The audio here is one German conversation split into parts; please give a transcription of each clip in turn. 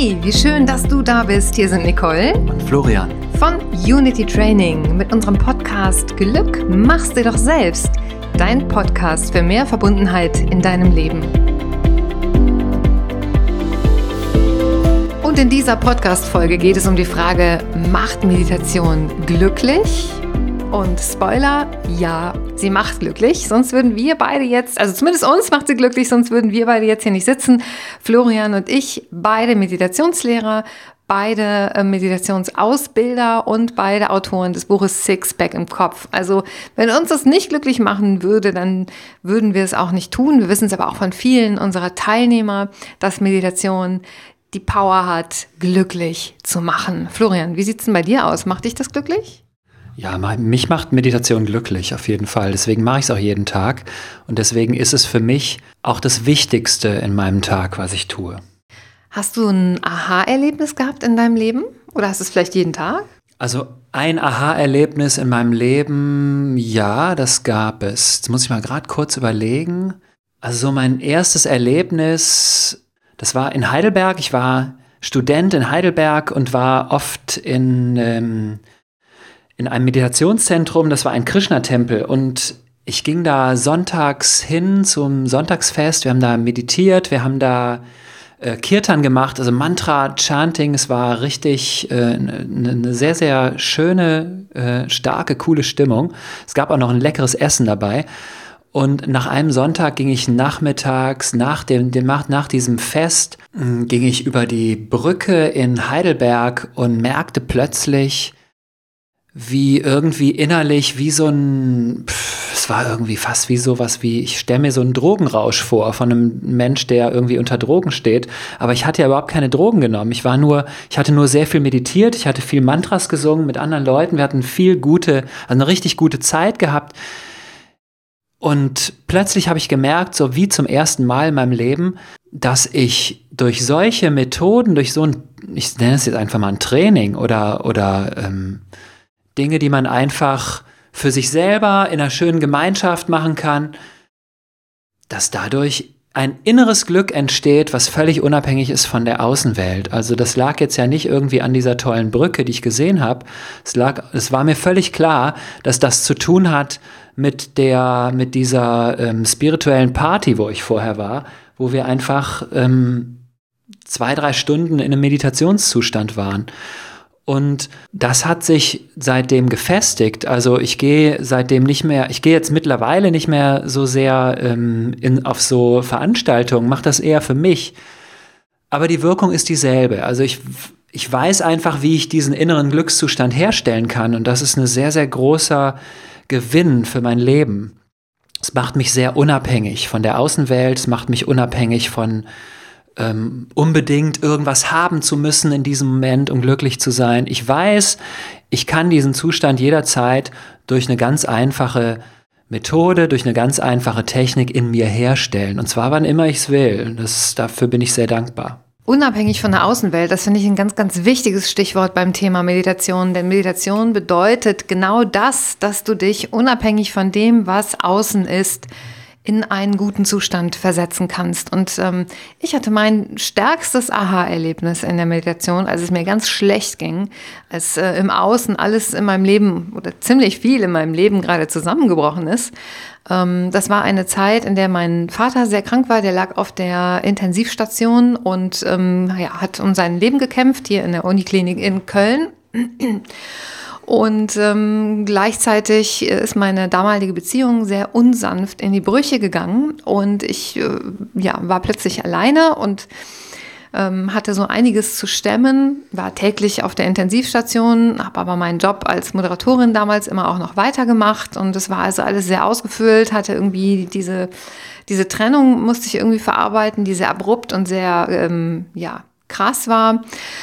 Hey, wie schön, dass du da bist. Hier sind Nicole und Florian von Unity Training mit unserem Podcast Glück mach's dir doch selbst. Dein Podcast für mehr Verbundenheit in deinem Leben. Und in dieser Podcast-Folge geht es um die Frage, macht Meditation glücklich? Und Spoiler, ja, sie macht glücklich, sonst würden wir beide jetzt, also zumindest uns macht sie glücklich, sonst würden wir beide jetzt hier nicht sitzen. Florian und ich, beide Meditationslehrer, beide Meditationsausbilder und beide Autoren des Buches Sixpack im Kopf. Also wenn uns das nicht glücklich machen würde, dann würden wir es auch nicht tun. Wir wissen es aber auch von vielen unserer Teilnehmer, dass Meditation die Power hat, glücklich zu machen. Florian, wie sieht es denn bei dir aus? Macht dich das glücklich? Ja, mich macht Meditation glücklich, auf jeden Fall. Deswegen mache ich es auch jeden Tag. Und deswegen ist es für mich auch das Wichtigste in meinem Tag, was ich tue. Hast du ein Aha-Erlebnis gehabt in deinem Leben? Oder hast du es vielleicht jeden Tag? Also ein Aha-Erlebnis in meinem Leben, ja, das gab es. Jetzt muss ich mal gerade kurz überlegen. Also so mein erstes Erlebnis, das war in Heidelberg. Ich war Student in Heidelberg und war oft in einem Meditationszentrum, das war ein Krishna-Tempel, und ich ging da sonntags hin zum Sonntagsfest. Wir haben da meditiert, wir haben da Kirtan gemacht, also Mantra-Chanting. Es war richtig eine sehr, sehr schöne, starke, coole Stimmung. Es gab auch noch ein leckeres Essen dabei. Und nach einem Sonntag ging ich nachmittags, nach diesem Fest, ging ich über die Brücke in Heidelberg und merkte plötzlich, wie irgendwie innerlich wie so es war irgendwie fast wie sowas wie, ich stelle mir so einen Drogenrausch vor von einem Mensch, der irgendwie unter Drogen steht. Aber ich hatte ja überhaupt keine Drogen genommen. Ich hatte nur sehr viel meditiert, ich hatte viel Mantras gesungen mit anderen Leuten. Wir hatten eine richtig gute Zeit gehabt. Und plötzlich habe ich gemerkt, so wie zum ersten Mal in meinem Leben, dass ich durch solche Methoden, durch so ich nenne es jetzt einfach mal ein Training oder Dinge, die man einfach für sich selber in einer schönen Gemeinschaft machen kann, dass dadurch ein inneres Glück entsteht, was völlig unabhängig ist von der Außenwelt. Also das lag jetzt ja nicht irgendwie an dieser tollen Brücke, die ich gesehen habe. Es war mir völlig klar, dass das zu tun hat mit dieser spirituellen Party, wo ich vorher war, wo wir einfach 2-3 Stunden in einem Meditationszustand waren. Und das hat sich seitdem gefestigt. Also ich gehe jetzt mittlerweile nicht mehr so sehr auf so Veranstaltungen, mache das eher für mich. Aber die Wirkung ist dieselbe. Also ich weiß einfach, wie ich diesen inneren Glückszustand herstellen kann. Und das ist ein sehr, sehr großer Gewinn für mein Leben. Es macht mich sehr unabhängig von der Außenwelt. Es macht mich unabhängig von unbedingt irgendwas haben zu müssen in diesem Moment, um glücklich zu sein. Ich weiß, ich kann diesen Zustand jederzeit durch eine ganz einfache Methode, durch eine ganz einfache Technik in mir herstellen. Und zwar, wann immer ich es will. Dafür bin ich sehr dankbar. Unabhängig von der Außenwelt, das finde ich ein ganz, ganz wichtiges Stichwort beim Thema Meditation. Denn Meditation bedeutet genau das, dass du dich unabhängig von dem, was außen ist, in einen guten Zustand versetzen kannst. Und ich hatte mein stärkstes Aha-Erlebnis in der Meditation, als es mir ganz schlecht ging, als im Außen alles in meinem Leben oder ziemlich viel in meinem Leben gerade zusammengebrochen ist. Das war eine Zeit, in der mein Vater sehr krank war. Der lag auf der Intensivstation und hat um sein Leben gekämpft, hier in der Uniklinik in Köln. Und gleichzeitig ist meine damalige Beziehung sehr unsanft in die Brüche gegangen und ich war plötzlich alleine und hatte so einiges zu stemmen, war täglich auf der Intensivstation, habe aber meinen Job als Moderatorin damals immer auch noch weitergemacht und es war also alles sehr ausgefüllt, hatte irgendwie diese Trennung musste ich irgendwie verarbeiten, die sehr abrupt und sehr krass war.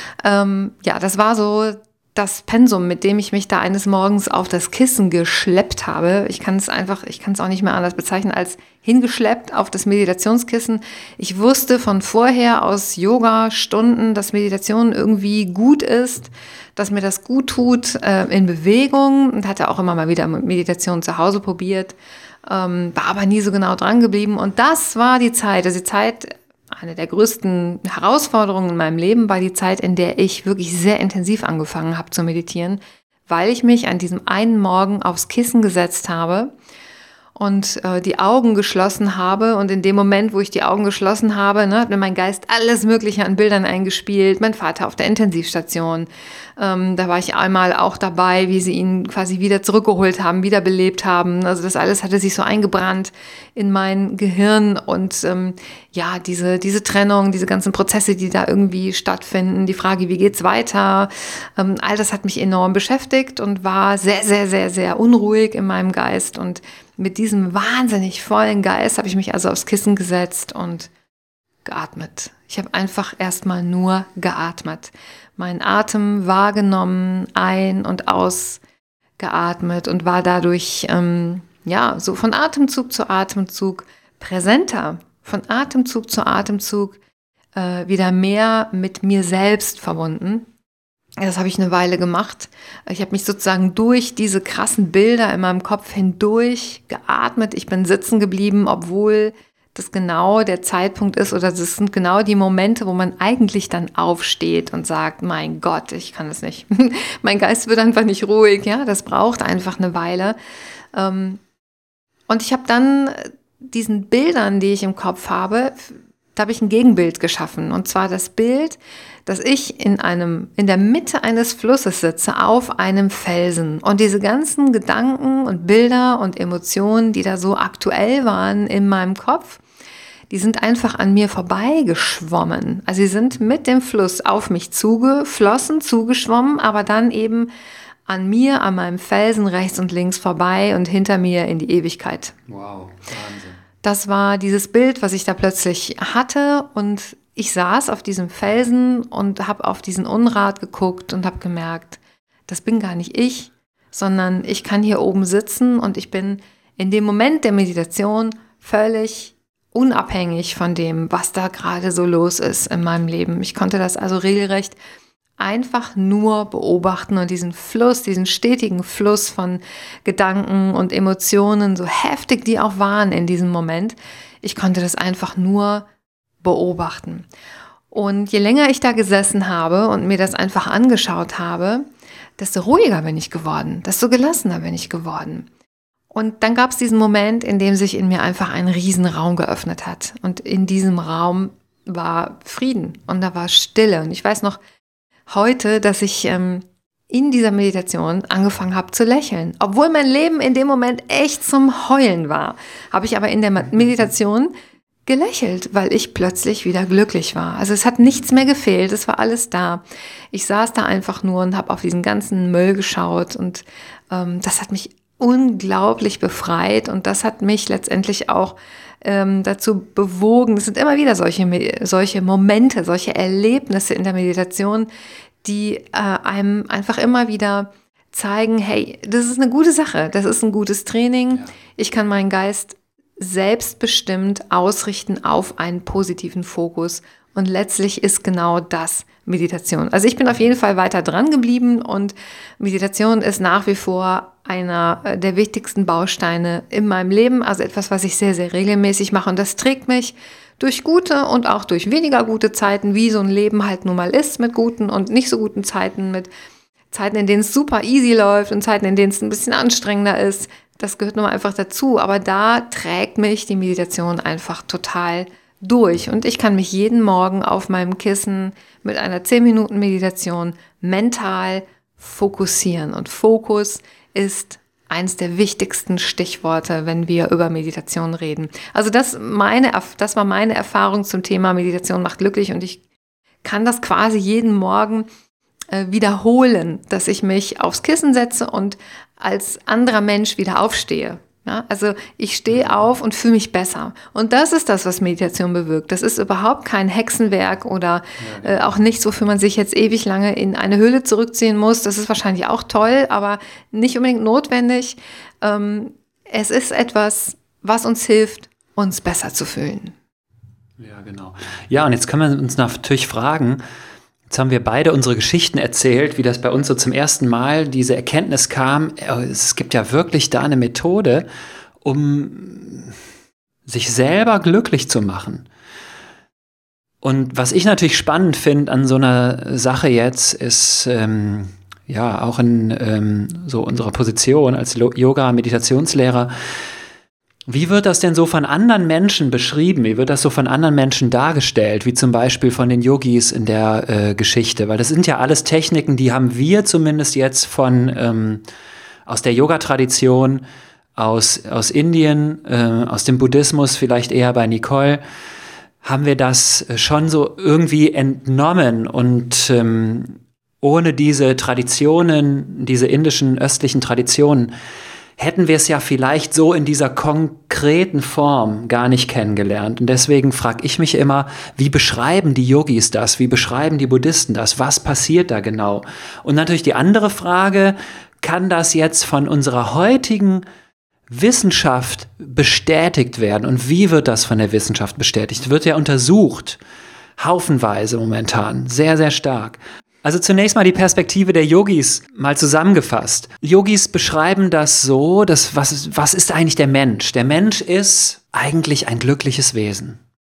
Das war so das Pensum, mit dem ich mich da eines Morgens auf das Kissen geschleppt habe. Ich kann es auch nicht mehr anders bezeichnen als hingeschleppt auf das Meditationskissen. Ich wusste von vorher aus Yoga-Stunden, dass Meditation irgendwie gut ist, dass mir das gut tut in Bewegung und hatte auch immer mal wieder Meditation zu Hause probiert, war aber nie so genau dran geblieben. Und das war die Zeit, eine der größten Herausforderungen in meinem Leben war die Zeit, in der ich wirklich sehr intensiv angefangen habe zu meditieren, weil ich mich an diesem einen Morgen aufs Kissen gesetzt habe und die Augen geschlossen habe. Und in dem Moment, wo ich die Augen geschlossen habe, hat mir mein Geist alles Mögliche an Bildern eingespielt. Mein Vater auf der Intensivstation. Da war ich einmal auch dabei, wie sie ihn quasi wieder zurückgeholt haben, wiederbelebt haben. Also das alles hatte sich so eingebrannt in mein Gehirn. Und diese Trennung, diese ganzen Prozesse, die da irgendwie stattfinden, die Frage, wie geht's weiter, all das hat mich enorm beschäftigt und war sehr, sehr, sehr, sehr unruhig in meinem Geist. Und mit diesem wahnsinnig vollen Geist habe ich mich also aufs Kissen gesetzt und geatmet. Ich habe einfach erstmal nur geatmet. Meinen Atem wahrgenommen, ein- und ausgeatmet und war dadurch so von Atemzug zu Atemzug präsenter, von Atemzug zu Atemzug wieder mehr mit mir selbst verbunden. Das habe ich eine Weile gemacht. Ich habe mich sozusagen durch diese krassen Bilder in meinem Kopf hindurch geatmet. Ich bin sitzen geblieben, obwohl das genau der Zeitpunkt ist oder das sind genau die Momente, wo man eigentlich dann aufsteht und sagt, mein Gott, ich kann das nicht. Mein Geist wird einfach nicht ruhig. Ja, das braucht einfach eine Weile. Und ich habe dann diesen Bildern, die ich im Kopf habe, da habe ich ein Gegenbild geschaffen. Und zwar das Bild, dass ich in der Mitte eines Flusses sitze, auf einem Felsen. Und diese ganzen Gedanken und Bilder und Emotionen, die da so aktuell waren in meinem Kopf, die sind einfach an mir vorbeigeschwommen. Also sie sind mit dem Fluss auf mich zugeflossen, zugeschwommen, aber dann eben an mir, an meinem Felsen rechts und links vorbei und hinter mir in die Ewigkeit. Wow, Wahnsinn. Das war dieses Bild, was ich da plötzlich hatte und ich saß auf diesem Felsen und habe auf diesen Unrat geguckt und habe gemerkt, das bin gar nicht ich, sondern ich kann hier oben sitzen und ich bin in dem Moment der Meditation völlig unabhängig von dem, was da gerade so los ist in meinem Leben. Ich konnte das also regelrecht einfach nur beobachten und diesen Fluss, diesen stetigen Fluss von Gedanken und Emotionen, so heftig die auch waren in diesem Moment, ich konnte das einfach nur beobachten. Und je länger ich da gesessen habe und mir das einfach angeschaut habe, desto ruhiger bin ich geworden, desto gelassener bin ich geworden. Und dann gab es diesen Moment, in dem sich in mir einfach ein Riesenraum geöffnet hat. Und in diesem Raum war Frieden und da war Stille. Und ich weiß noch heute, dass ich in dieser Meditation angefangen habe zu lächeln. Obwohl mein Leben in dem Moment echt zum Heulen war, habe ich aber in der Meditation gelächelt, weil ich plötzlich wieder glücklich war. Also es hat nichts mehr gefehlt, es war alles da. Ich saß da einfach nur und habe auf diesen ganzen Müll geschaut und das hat mich unglaublich befreit und das hat mich letztendlich auch dazu bewogen. Es sind immer wieder solche Momente, solche Erlebnisse in der Meditation, die einem einfach immer wieder zeigen, hey, das ist eine gute Sache, das ist ein gutes Training. Ja. Ich kann meinen Geist selbstbestimmt ausrichten auf einen positiven Fokus. Und letztlich ist genau das Meditation. Also ich bin auf jeden Fall weiter dran geblieben und Meditation ist nach wie vor einer der wichtigsten Bausteine in meinem Leben. Also etwas, was ich sehr, sehr regelmäßig mache. Und das trägt mich durch gute und auch durch weniger gute Zeiten, wie so ein Leben halt nun mal ist, mit guten und nicht so guten Zeiten, mit Zeiten, in denen es super easy läuft und Zeiten, in denen es ein bisschen anstrengender ist. Das gehört nun mal einfach dazu. Aber da trägt mich die Meditation einfach total durch. Und ich kann mich jeden Morgen auf meinem Kissen mit einer 10 Minuten Meditation mental fokussieren. Und Fokus ist eines der wichtigsten Stichworte, wenn wir über Meditation reden. Also das war meine Erfahrung zum Thema Meditation macht glücklich. Und ich kann das quasi jeden Morgen wiederholen, dass ich mich aufs Kissen setze und als anderer Mensch wieder aufstehe. Ja, also ich stehe auf und fühle mich besser. Und das ist das, was Meditation bewirkt. Das ist überhaupt kein Hexenwerk oder auch nichts, wofür man sich jetzt ewig lange in eine Höhle zurückziehen muss. Das ist wahrscheinlich auch toll, aber nicht unbedingt notwendig. Es ist etwas, was uns hilft, uns besser zu fühlen. Ja, genau. Ja, und jetzt können wir uns natürlich fragen, jetzt haben wir beide unsere Geschichten erzählt, wie das bei uns so zum ersten Mal diese Erkenntnis kam, es gibt ja wirklich da eine Methode, um sich selber glücklich zu machen. Und was ich natürlich spannend finde an so einer Sache jetzt, ist auch in so unserer Position als Yoga-Meditationslehrer, wie wird das denn so von anderen Menschen beschrieben? Wie wird das so von anderen Menschen dargestellt? Wie zum Beispiel von den Yogis in der Geschichte? Weil das sind ja alles Techniken, die haben wir zumindest jetzt aus der Yoga-Tradition, aus Indien, aus dem Buddhismus, vielleicht eher bei Nicole, haben wir das schon so irgendwie entnommen. Und ohne diese Traditionen, diese indischen, östlichen Traditionen, hätten wir es ja vielleicht so in dieser konkreten Form gar nicht kennengelernt. Und deswegen frage ich mich immer, wie beschreiben die Yogis das? Wie beschreiben die Buddhisten das? Was passiert da genau? Und natürlich die andere Frage, kann das jetzt von unserer heutigen Wissenschaft bestätigt werden? Und wie wird das von der Wissenschaft bestätigt? Wird ja untersucht, haufenweise momentan, sehr, sehr stark. Also zunächst mal die Perspektive der Yogis mal zusammengefasst. Yogis beschreiben das so, dass was ist eigentlich der Mensch? Der Mensch ist eigentlich ein glückliches Wesen.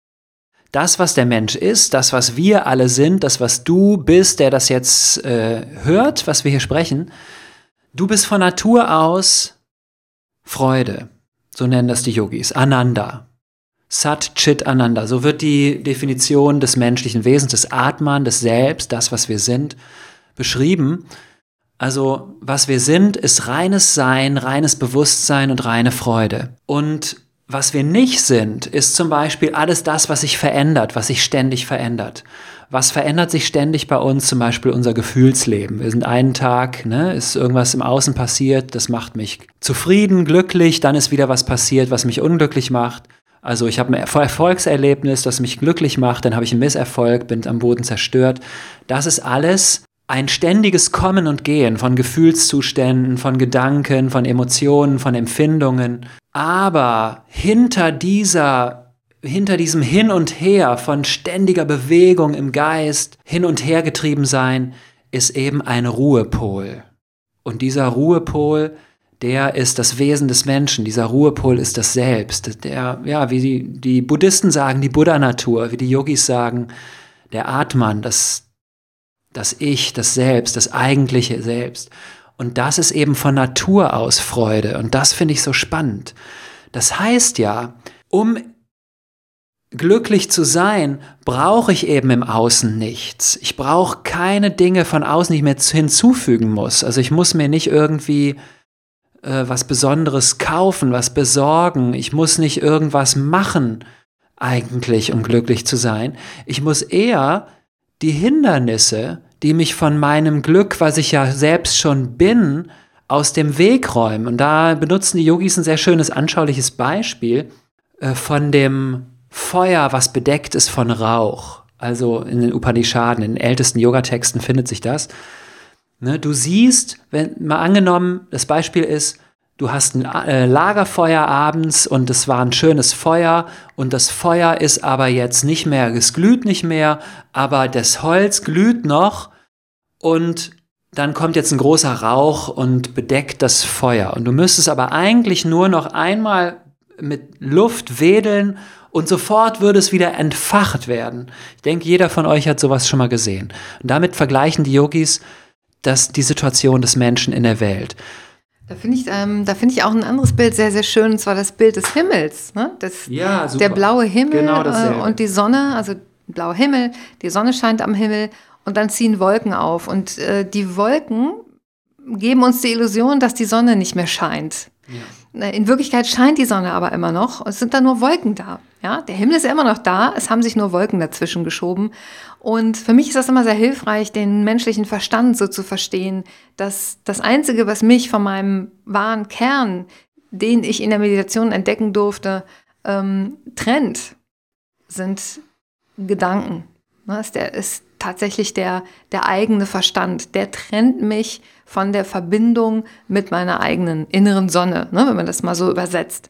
Das, was der Mensch ist, das, was wir alle sind, das, was du bist, der das jetzt hört, was wir hier sprechen, du bist von Natur aus Freude. So nennen das die Yogis. Ananda. Sat Chit Ananda, so wird die Definition des menschlichen Wesens, des Atman, des Selbst, das, was wir sind, beschrieben. Also, was wir sind, ist reines Sein, reines Bewusstsein und reine Freude. Und was wir nicht sind, ist zum Beispiel alles das, was sich verändert, was sich ständig verändert. Was verändert sich ständig bei uns? Zum Beispiel unser Gefühlsleben. Wir sind einen Tag, ist irgendwas im Außen passiert, das macht mich zufrieden, glücklich, dann ist wieder was passiert, was mich unglücklich macht. Also ich habe ein Erfolgserlebnis, das mich glücklich macht, dann habe ich einen Misserfolg, bin am Boden zerstört. Das ist alles ein ständiges Kommen und Gehen von Gefühlszuständen, von Gedanken, von Emotionen, von Empfindungen. Aber hinter diesem Hin und Her von ständiger Bewegung im Geist, hin und her getrieben sein, ist eben ein Ruhepol. Und dieser Ruhepol, der ist das Wesen des Menschen, dieser Ruhepol ist das Selbst, wie die Buddhisten sagen, die Buddha-Natur, wie die Yogis sagen, der Atman, das Ich, das Selbst, das eigentliche Selbst. Und das ist eben von Natur aus Freude und das finde ich so spannend. Das heißt ja, um glücklich zu sein, brauche ich eben im Außen nichts. Ich brauche keine Dinge von außen, die ich mir hinzufügen muss. Also ich muss mir nicht irgendwie was Besonderes kaufen, was besorgen. Ich muss nicht irgendwas machen, eigentlich, um glücklich zu sein. Ich muss eher die Hindernisse, die mich von meinem Glück, was ich ja selbst schon bin, aus dem Weg räumen. Und da benutzen die Yogis ein sehr schönes, anschauliches Beispiel von dem Feuer, was bedeckt ist von Rauch. Also in den Upanishaden, in den ältesten Yogatexten findet sich das. Du siehst, wenn mal angenommen, das Beispiel ist, du hast ein Lagerfeuer abends und es war ein schönes Feuer und das Feuer ist aber jetzt nicht mehr, es glüht nicht mehr, aber das Holz glüht noch und dann kommt jetzt ein großer Rauch und bedeckt das Feuer. Und du müsstest aber eigentlich nur noch einmal mit Luft wedeln und sofort würde es wieder entfacht werden. Ich denke, jeder von euch hat sowas schon mal gesehen. Und damit vergleichen die Yogis die Situation des Menschen in der Welt. Da finde ich auch ein anderes Bild sehr, sehr schön, und zwar das Bild des Himmels. Ne? Ja, super. Der blaue Himmel genau und die Sonne, also blauer Himmel, die Sonne scheint am Himmel und dann ziehen Wolken auf. Und die Wolken geben uns die Illusion, dass die Sonne nicht mehr scheint. Ja. In Wirklichkeit scheint die Sonne aber immer noch. Es sind da nur Wolken da. Ja? Der Himmel ist ja immer noch da. Es haben sich nur Wolken dazwischen geschoben. Und für mich ist das immer sehr hilfreich, den menschlichen Verstand so zu verstehen, dass das Einzige, was mich von meinem wahren Kern, den ich in der Meditation entdecken durfte, trennt, sind Gedanken. Das ist tatsächlich der eigene Verstand. Der trennt mich von der Verbindung mit meiner eigenen inneren Sonne, wenn man das mal so übersetzt.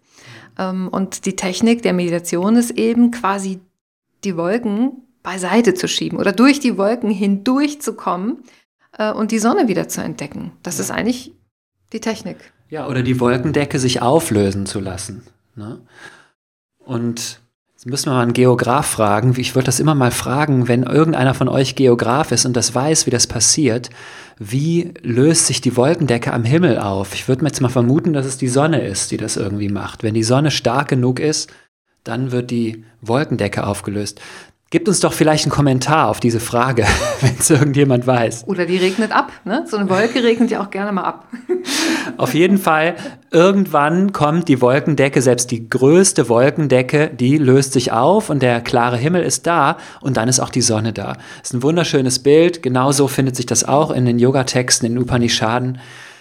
Und die Technik der Meditation ist eben quasi die Wolken beiseite zu schieben oder durch die Wolken hindurch zu kommen und die Sonne wieder zu entdecken. Das ist eigentlich die Technik. Ja, oder die Wolkendecke sich auflösen zu lassen. Ne? Und Jetzt müssen wir mal einen Geograf fragen. Ich würde das immer mal fragen, wenn irgendeiner von euch Geograf ist und das weiß, wie das passiert. Wie löst sich die Wolkendecke am Himmel auf? Ich würde mir jetzt mal vermuten, dass es die Sonne ist, die das irgendwie macht. Wenn die Sonne stark genug ist, dann wird die Wolkendecke aufgelöst. Gebt uns doch vielleicht einen Kommentar auf diese Frage, wenn es irgendjemand weiß. Oder die regnet ab, ne? So eine Wolke regnet ja auch gerne mal ab. Auf jeden Fall, irgendwann kommt die Wolkendecke, selbst die größte Wolkendecke, die löst sich auf und der klare Himmel ist da und dann ist auch die Sonne da. Das ist ein wunderschönes Bild, genauso findet sich das auch in den Yoga-Texten, in den Upanishaden.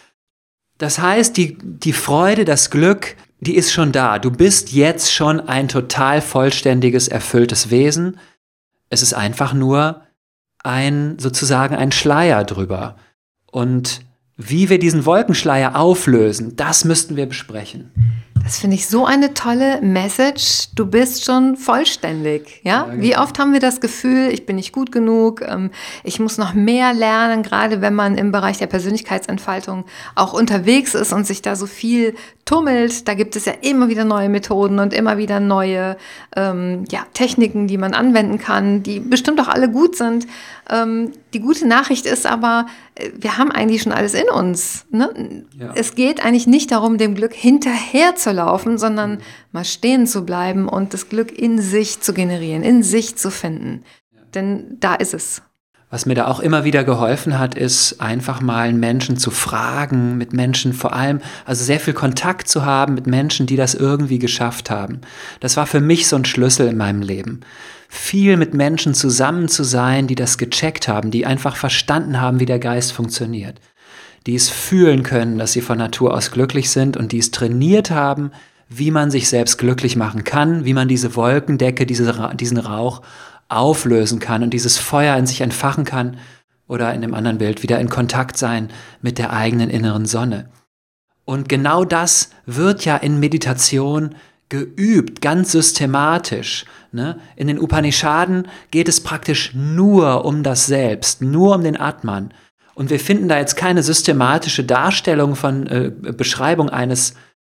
Das heißt, die Freude, das Glück, die ist schon da. Du bist jetzt schon ein total vollständiges, erfülltes Wesen. Es ist einfach nur sozusagen ein Schleier drüber. Und wie wir diesen Wolkenschleier auflösen, das müssten wir besprechen. Das finde ich so eine tolle Message. Du bist schon vollständig. Ja? Ja, Wie oft haben wir das Gefühl, ich bin nicht gut genug, ich muss noch mehr lernen, gerade wenn man im Bereich der Persönlichkeitsentfaltung auch unterwegs ist und sich da so viel tummelt. Da gibt es ja immer wieder neue Methoden und immer wieder neue Techniken, die man anwenden kann, die bestimmt auch alle gut sind. Die gute Nachricht ist aber, wir haben eigentlich schon alles in uns. Ne? Ja. Es geht eigentlich nicht darum, dem Glück hinterher zu laufen, sondern mal stehen zu bleiben und das Glück in sich zu generieren, in sich zu finden. Ja. Denn da ist es. Was mir da auch immer wieder geholfen hat, ist einfach mal Menschen zu fragen, mit Menschen vor allem, also sehr viel Kontakt zu haben mit Menschen, die das irgendwie geschafft haben. Das war für mich so ein Schlüssel in meinem Leben. Viel mit Menschen zusammen zu sein, die das gecheckt haben, die einfach verstanden haben, wie der Geist funktioniert. Die es fühlen können, dass sie von Natur aus glücklich sind und die es trainiert haben, wie man sich selbst glücklich machen kann, wie man diese Wolkendecke, diesen Rauch auflösen kann und dieses Feuer in sich entfachen kann oder in dem anderen Bild wieder in Kontakt sein mit der eigenen inneren Sonne. Und genau das wird ja in Meditation geübt, ganz systematisch. Ne? In den Upanishaden geht es praktisch nur um das Selbst, nur um den Atman. Und wir finden da jetzt keine systematische Darstellung von Beschreibung einer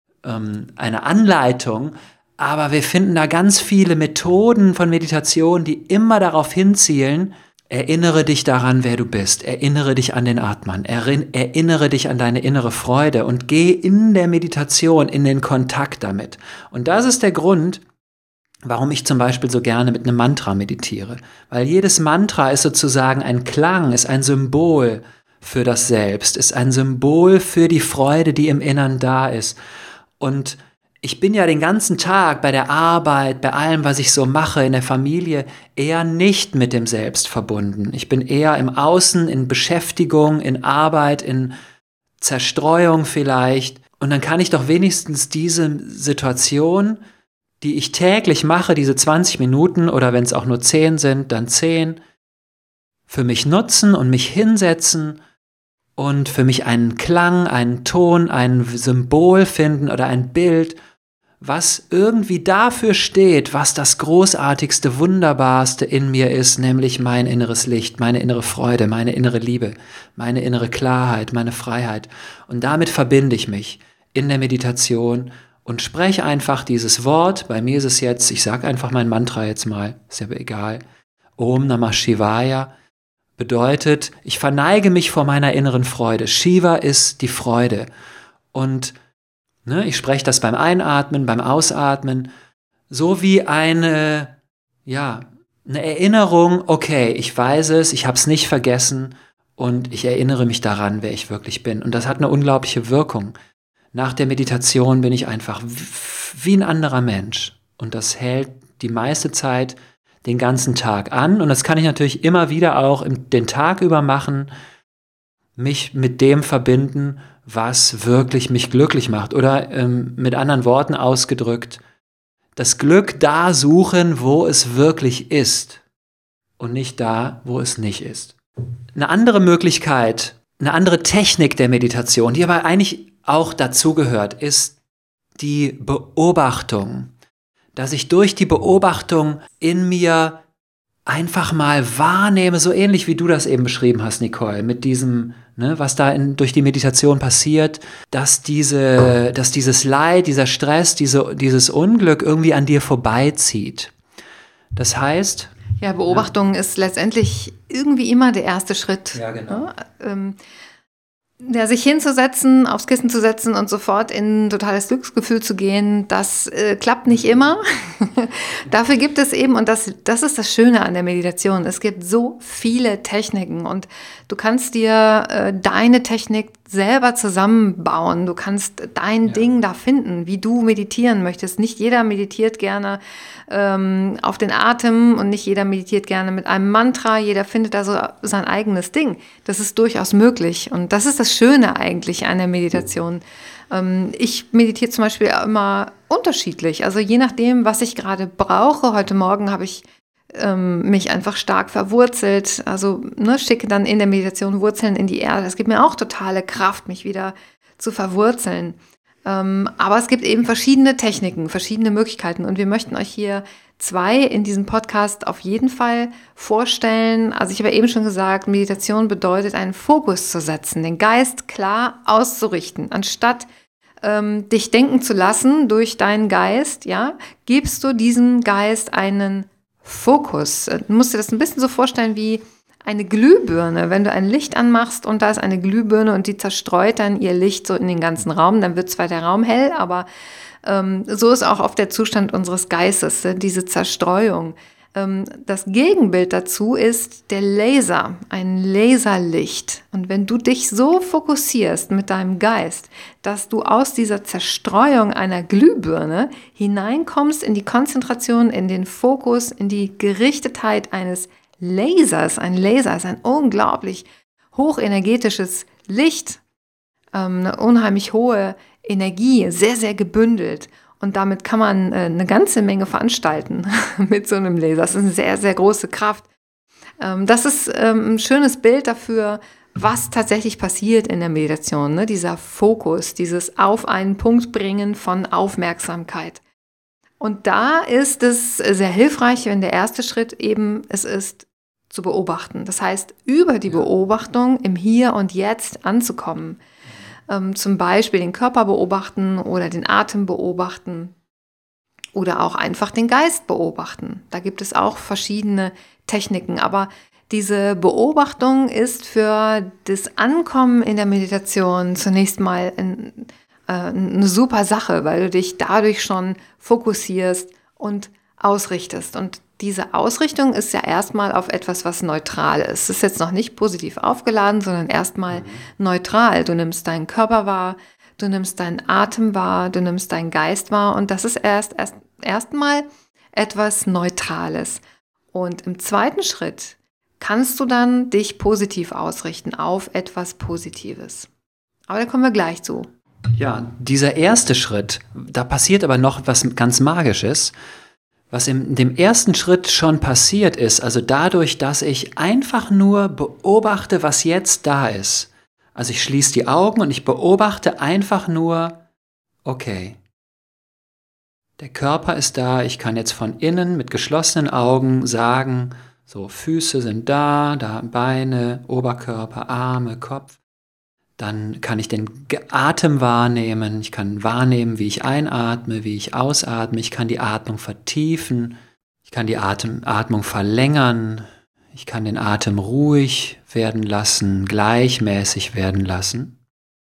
Anleitung, aber wir finden da ganz viele Methoden von Meditation, die immer darauf hinzielen, erinnere dich daran, wer du bist, erinnere dich an den Atman, erinnere dich an deine innere Freude und geh in der Meditation in den Kontakt damit. Und das ist der Grund, warum ich zum Beispiel so gerne mit einem Mantra meditiere. Weil jedes Mantra ist sozusagen ein Klang, ist ein Symbol für das Selbst, ist ein Symbol für die Freude, die im Innern da ist. Und ich bin ja den ganzen Tag bei der Arbeit, bei allem, was ich so mache, in der Familie, eher nicht mit dem Selbst verbunden. Ich bin eher im Außen, in Beschäftigung, in Arbeit, in Zerstreuung vielleicht. Und dann kann ich doch wenigstens diese Situation, die ich täglich mache, diese 20 Minuten oder wenn es auch nur 10 sind, dann 10, für mich nutzen und mich hinsetzen und für mich einen Klang, einen Ton, ein Symbol finden oder ein Bild, was irgendwie dafür steht, was das Großartigste, Wunderbarste in mir ist, nämlich mein inneres Licht, meine innere Freude, meine innere Liebe, meine innere Klarheit, meine Freiheit. Und damit verbinde ich mich in der Meditation und spreche einfach dieses Wort. Bei mir ist es jetzt, ich sage einfach mein Mantra jetzt mal, ist ja egal. Om Namah Shivaya bedeutet, ich verneige mich vor meiner inneren Freude. Shiva ist die Freude. Und ich spreche das beim Einatmen, beim Ausatmen, so wie eine Erinnerung, okay, ich weiß es, ich habe es nicht vergessen und ich erinnere mich daran, wer ich wirklich bin. Und das hat eine unglaubliche Wirkung. Nach der Meditation bin ich einfach wie ein anderer Mensch. Und das hält die meiste Zeit den ganzen Tag an. Und das kann ich natürlich immer wieder auch den Tag über machen, mich mit dem verbinden, was wirklich mich glücklich macht. Oder mit anderen Worten ausgedrückt, das Glück da suchen, wo es wirklich ist und nicht da, wo es nicht ist. Eine andere Möglichkeit, eine andere Technik der Meditation, die aber eigentlich auch dazugehört, ist die Beobachtung. Dass ich durch die Beobachtung in mir einfach mal wahrnehme, so ähnlich wie du das eben beschrieben hast, Nicole, mit diesem, was da durch die Meditation passiert, dass dieses Leid, dieser Stress, dieses Unglück irgendwie an dir vorbeizieht. Das heißt... Ja, Beobachtung ist letztendlich irgendwie immer der erste Schritt. Ja, genau. Ja, sich hinzusetzen, aufs Kissen zu setzen und sofort in ein totales Glücksgefühl zu gehen, das klappt nicht immer. Dafür gibt es eben, und das ist das Schöne an der Meditation, es gibt so viele Techniken und du kannst dir deine Technik selber zusammenbauen. Du kannst dein Ding da finden, wie du meditieren möchtest. Nicht jeder meditiert gerne auf den Atem und nicht jeder meditiert gerne mit einem Mantra. Jeder findet da so sein eigenes Ding. Das ist durchaus möglich und das ist das Schöne eigentlich an der Meditation. Ich meditiere zum Beispiel immer unterschiedlich, also je nachdem, was ich gerade brauche. Heute Morgen habe ich mich einfach stark verwurzelt, also schicke dann in der Meditation Wurzeln in die Erde. Das gibt mir auch totale Kraft, mich wieder zu verwurzeln. Aber es gibt eben verschiedene Techniken, verschiedene Möglichkeiten und wir möchten euch hier 2 in diesem Podcast auf jeden Fall vorstellen. Also ich habe ja eben schon gesagt, Meditation bedeutet, einen Fokus zu setzen, den Geist klar auszurichten. Anstatt dich denken zu lassen durch deinen Geist, ja, gibst du diesem Geist einen Fokus. Du musst dir das ein bisschen so vorstellen wie eine Glühbirne. Wenn du ein Licht anmachst und da ist eine Glühbirne und die zerstreut dann ihr Licht so in den ganzen Raum, dann wird zwar der Raum hell, aber so ist auch oft der Zustand unseres Geistes, diese Zerstreuung. Das Gegenbild dazu ist der Laser, ein Laserlicht. Und wenn du dich so fokussierst mit deinem Geist, dass du aus dieser Zerstreuung einer Glühbirne hineinkommst in die Konzentration, in den Fokus, in die Gerichtetheit eines Lasers. Ein Laser ist ein unglaublich hochenergetisches Licht, eine unheimlich hohe Energie, sehr, sehr gebündelt. Und damit kann man eine ganze Menge veranstalten mit so einem Laser. Das ist eine sehr, sehr große Kraft. Das ist ein schönes Bild dafür, was tatsächlich passiert in der Meditation. Ne? Dieser Fokus, dieses auf einen Punkt bringen von Aufmerksamkeit. Und da ist es sehr hilfreich, wenn der erste Schritt eben es ist, zu beobachten. Das heißt, über die Beobachtung im Hier und Jetzt anzukommen. Zum Beispiel den Körper beobachten oder den Atem beobachten oder auch einfach den Geist beobachten. Da gibt es auch verschiedene Techniken, aber diese Beobachtung ist für das Ankommen in der Meditation zunächst mal eine super Sache, weil du dich dadurch schon fokussierst und ausrichtest. Und diese Ausrichtung ist ja erstmal auf etwas, was neutral ist. Es ist jetzt noch nicht positiv aufgeladen, sondern erstmal neutral. Du nimmst deinen Körper wahr, du nimmst deinen Atem wahr, du nimmst deinen Geist wahr und das ist erstmal etwas Neutrales. Und im zweiten Schritt kannst du dann dich positiv ausrichten auf etwas Positives. Aber da kommen wir gleich zu. Ja, dieser erste Schritt, da passiert aber noch was ganz Magisches. Was in dem ersten Schritt schon passiert ist, also dadurch, dass ich einfach nur beobachte, was jetzt da ist. Also ich schließe die Augen und ich beobachte einfach nur, okay, der Körper ist da, ich kann jetzt von innen mit geschlossenen Augen sagen, so Füße sind da Beine, Oberkörper, Arme, Kopf. Dann kann ich den Atem wahrnehmen, ich kann wahrnehmen, wie ich einatme, wie ich ausatme, ich kann die Atmung vertiefen, ich kann die Atmung verlängern, ich kann den Atem ruhig werden lassen, gleichmäßig werden lassen.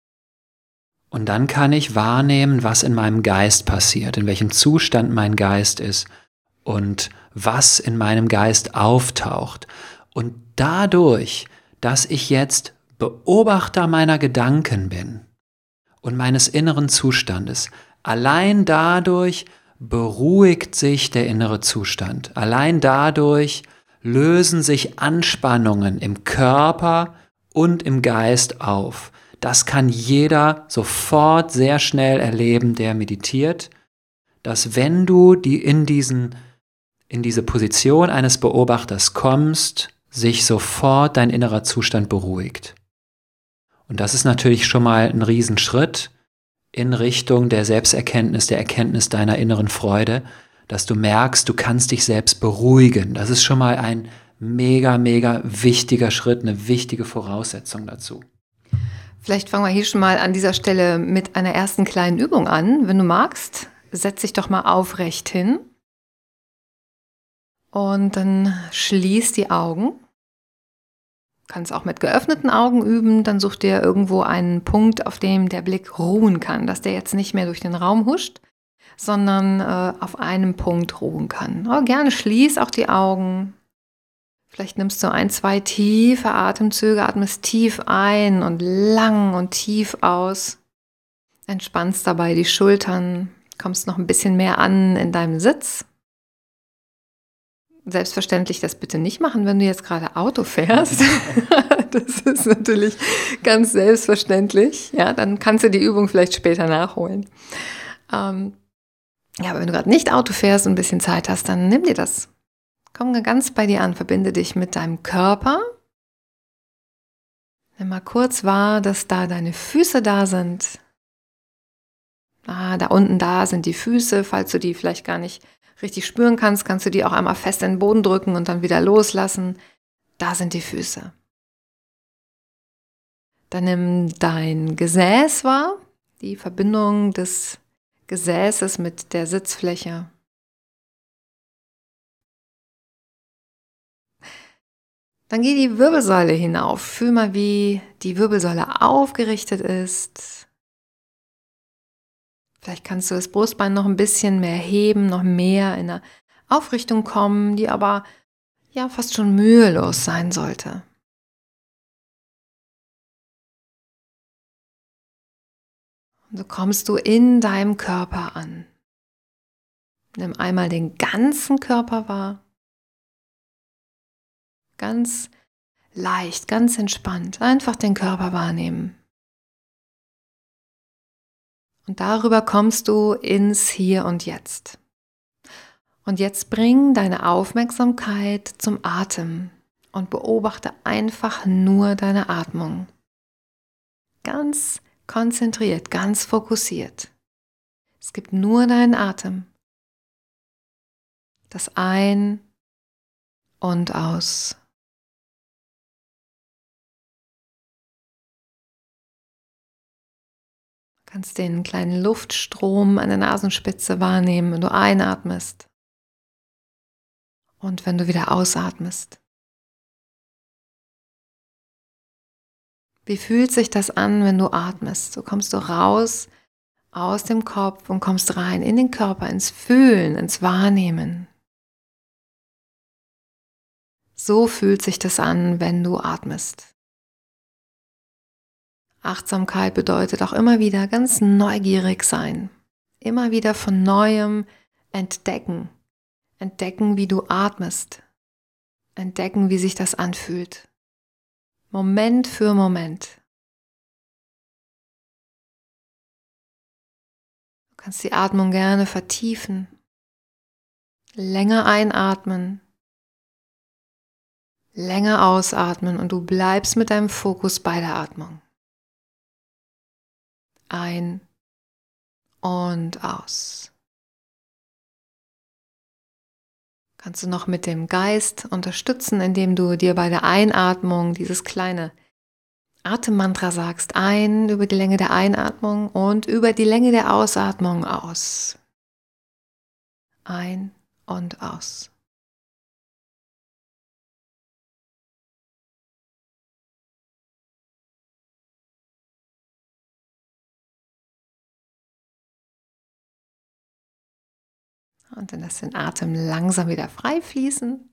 Und dann kann ich wahrnehmen, was in meinem Geist passiert, in welchem Zustand mein Geist ist und was in meinem Geist auftaucht. Und dadurch, dass ich jetzt Beobachter meiner Gedanken bin und meines inneren Zustandes, allein dadurch beruhigt sich der innere Zustand. Allein dadurch lösen sich Anspannungen im Körper und im Geist auf. Das kann jeder sofort sehr schnell erleben, der meditiert, dass wenn du in diese Position eines Beobachters kommst, sich sofort dein innerer Zustand beruhigt. Und das ist natürlich schon mal ein Riesenschritt in Richtung der Selbsterkenntnis, der Erkenntnis deiner inneren Freude, dass du merkst, du kannst dich selbst beruhigen. Das ist schon mal ein mega, mega wichtiger Schritt, eine wichtige Voraussetzung dazu. Vielleicht fangen wir hier schon mal an dieser Stelle mit einer ersten kleinen Übung an. Wenn du magst, setz dich doch mal aufrecht hin. Und dann schließ die Augen. Kannst auch mit geöffneten Augen üben. Dann such dir irgendwo einen Punkt, auf dem der Blick ruhen kann, dass der jetzt nicht mehr durch den Raum huscht, sondern auf einem Punkt ruhen kann. Aber gerne schließ auch die Augen. Vielleicht nimmst du 1, 2 tiefe Atemzüge, atmest tief ein und lang und tief aus. Entspannst dabei die Schultern, kommst noch ein bisschen mehr an in deinem Sitz. Selbstverständlich das bitte nicht machen, wenn du jetzt gerade Auto fährst. Das ist natürlich ganz selbstverständlich. Ja, dann kannst du die Übung vielleicht später nachholen. Ja, aber wenn du gerade nicht Auto fährst und ein bisschen Zeit hast, dann nimm dir das. Komm ganz bei dir an, verbinde dich mit deinem Körper. Nimm mal kurz wahr, dass da deine Füße da sind. Da unten da sind die Füße. Falls du die vielleicht gar nicht richtig spüren kannst, kannst du die auch einmal fest in den Boden drücken und dann wieder loslassen. Da sind die Füße. Dann nimm dein Gesäß wahr, die Verbindung des Gesäßes mit der Sitzfläche. Dann geh die Wirbelsäule hinauf. Fühl mal, wie die Wirbelsäule aufgerichtet ist. Vielleicht kannst du das Brustbein noch ein bisschen mehr heben, noch mehr in eine Aufrichtung kommen, die aber ja fast schon mühelos sein sollte. Und so kommst du in deinem Körper an. Nimm einmal den ganzen Körper wahr. Ganz leicht, ganz entspannt. Einfach den Körper wahrnehmen. Und darüber kommst du ins Hier und Jetzt. Und jetzt bring deine Aufmerksamkeit zum Atem und beobachte einfach nur deine Atmung. Ganz konzentriert, ganz fokussiert. Es gibt nur deinen Atem. Das Ein- und Aus. Du kannst den kleinen Luftstrom an der Nasenspitze wahrnehmen, wenn du einatmest und wenn du wieder ausatmest. Wie fühlt sich das an, wenn du atmest? So kommst du raus aus dem Kopf und kommst rein in den Körper, ins Fühlen, ins Wahrnehmen. So fühlt sich das an, wenn du atmest. Achtsamkeit bedeutet auch immer wieder ganz neugierig sein. Immer wieder von Neuem entdecken. Entdecken, wie du atmest. Entdecken, wie sich das anfühlt. Moment für Moment. Du kannst die Atmung gerne vertiefen. Länger einatmen. Länger ausatmen und du bleibst mit deinem Fokus bei der Atmung. Ein und aus. Kannst du noch mit dem Geist unterstützen, indem du dir bei der Einatmung dieses kleine Atemmantra sagst. Ein über die Länge der Einatmung und über die Länge der Ausatmung aus. Ein und aus. Und dann lässt den Atem langsam wieder frei fließen.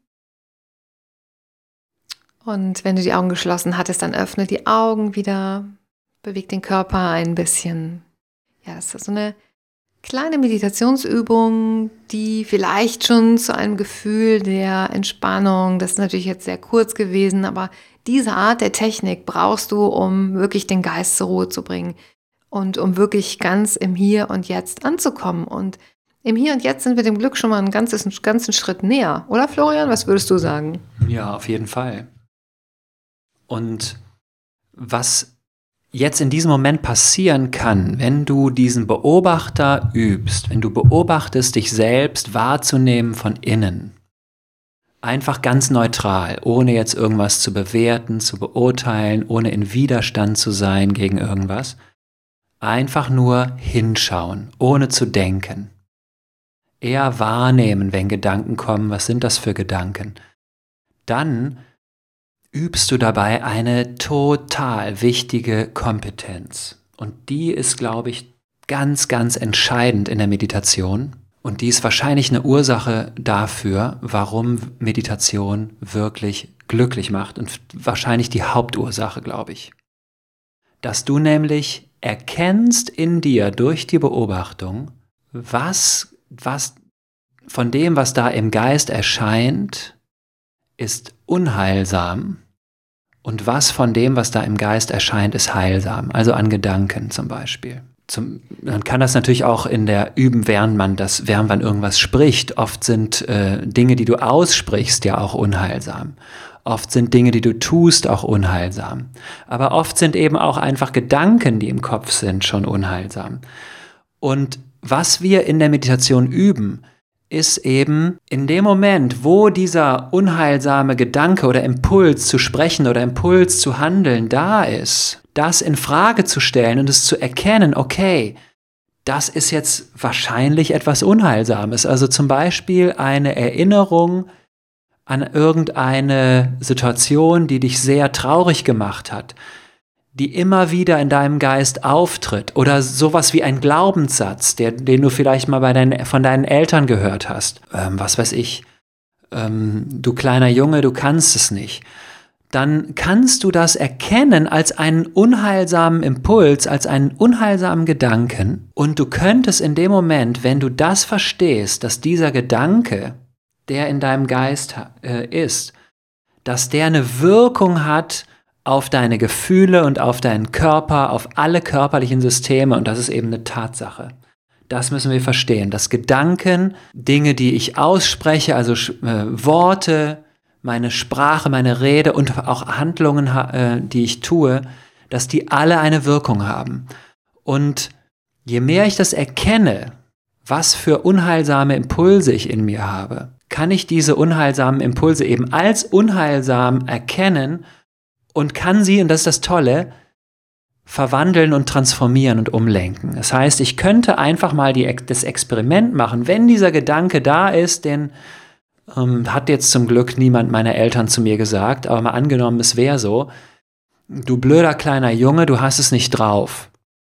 Und wenn du die Augen geschlossen hattest, dann öffne die Augen wieder, beweg den Körper ein bisschen. Ja, das ist so eine kleine Meditationsübung, die vielleicht schon zu einem Gefühl der Entspannung, das ist natürlich jetzt sehr kurz gewesen, aber diese Art der Technik brauchst du, um wirklich den Geist zur Ruhe zu bringen und um wirklich ganz im Hier und Jetzt anzukommen. Und im Hier und Jetzt sind wir dem Glück schon mal einen ganzen Schritt näher. Oder Florian, was würdest du sagen? Ja, auf jeden Fall. Und was jetzt in diesem Moment passieren kann, wenn du diesen Beobachter übst, wenn du beobachtest, dich selbst wahrzunehmen von innen, einfach ganz neutral, ohne jetzt irgendwas zu bewerten, zu beurteilen, ohne in Widerstand zu sein gegen irgendwas, einfach nur hinschauen, ohne zu denken. eher wahrnehmen, wenn Gedanken kommen, was sind das für Gedanken, dann übst du dabei eine total wichtige Kompetenz. Und die ist, glaube ich, ganz, ganz entscheidend in der Meditation. Und die ist wahrscheinlich eine Ursache dafür, warum Meditation wirklich glücklich macht. Und wahrscheinlich die Hauptursache, glaube ich. Dass du nämlich erkennst in dir durch die Beobachtung, was von dem, was da im Geist erscheint, ist unheilsam. Und was von dem, was da im Geist erscheint, ist heilsam. Also an Gedanken zum Beispiel. Man kann das natürlich auch in der üben, während man irgendwas spricht. Oft sind Dinge, die du aussprichst, ja auch unheilsam. Oft sind Dinge, die du tust, auch unheilsam. Aber oft sind eben auch einfach Gedanken, die im Kopf sind, schon unheilsam. Und was wir in der Meditation üben, ist eben in dem Moment, wo dieser unheilsame Gedanke oder Impuls zu sprechen oder Impuls zu handeln da ist, das in Frage zu stellen und es zu erkennen, okay, das ist jetzt wahrscheinlich etwas Unheilsames. Also zum Beispiel eine Erinnerung an irgendeine Situation, die dich sehr traurig gemacht hat, die immer wieder in deinem Geist auftritt, oder sowas wie ein Glaubenssatz, den du vielleicht mal von deinen Eltern gehört hast. Was weiß ich, du kleiner Junge, du kannst es nicht. Dann kannst du das erkennen als einen unheilsamen Impuls, als einen unheilsamen Gedanken. Und du könntest in dem Moment, wenn du das verstehst, dass dieser Gedanke, der in deinem Geist ist, dass der eine Wirkung hat auf deine Gefühle und auf deinen Körper, auf alle körperlichen Systeme, und das ist eben eine Tatsache. Das müssen wir verstehen, dass Gedanken, Dinge, die ich ausspreche, also Worte, meine Sprache, meine Rede und auch Handlungen, die ich tue, dass die alle eine Wirkung haben. Und je mehr ich das erkenne, was für unheilsame Impulse ich in mir habe, kann ich diese unheilsamen Impulse eben als unheilsam erkennen und kann sie, und das ist das Tolle, verwandeln und transformieren und umlenken. Das heißt, ich könnte einfach mal das Experiment machen, wenn dieser Gedanke da ist, den hat jetzt zum Glück niemand meiner Eltern zu mir gesagt, aber mal angenommen, es wäre so, du blöder kleiner Junge, du hast es nicht drauf.